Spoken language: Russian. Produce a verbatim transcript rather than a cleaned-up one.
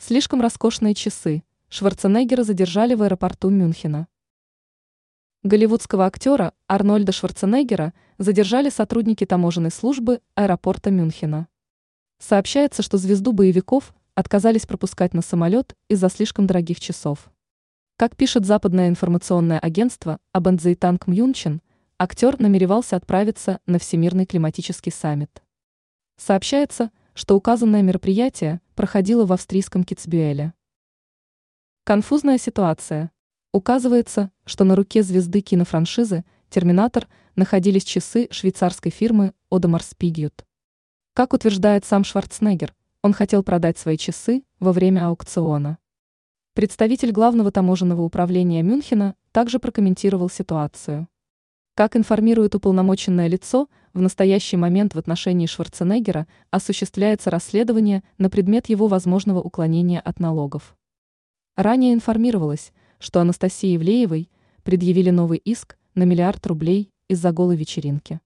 Слишком роскошные часы. Шварценеггера задержали в аэропорту Мюнхена. Голливудского актера Арнольда Шварценеггера задержали сотрудники таможенной службы аэропорта Мюнхена. Сообщается, что звезду боевиков отказались пропускать на самолет из-за слишком дорогих часов. Как пишет западное информационное агентство Абендзейтанг Мюнchen, актер намеревался отправиться на Всемирный климатический саммит. Сообщается, что указанное мероприятие проходило в австрийском Китсбюэле. Конфузная ситуация. Указывается, что на руке звезды кинофраншизы «Терминатор» находились часы швейцарской фирмы Audemars Piguet. Как утверждает сам Шварценеггер, он хотел продать свои часы во время аукциона. Представитель главного таможенного управления Мюнхена также прокомментировал ситуацию. Как информирует уполномоченное лицо, в настоящий момент в отношении Шварценеггера осуществляется расследование на предмет его возможного уклонения от налогов. Ранее информировалось, что Анастасии Ивлеевой предъявили новый иск на миллиард рублей из-за голой вечеринки.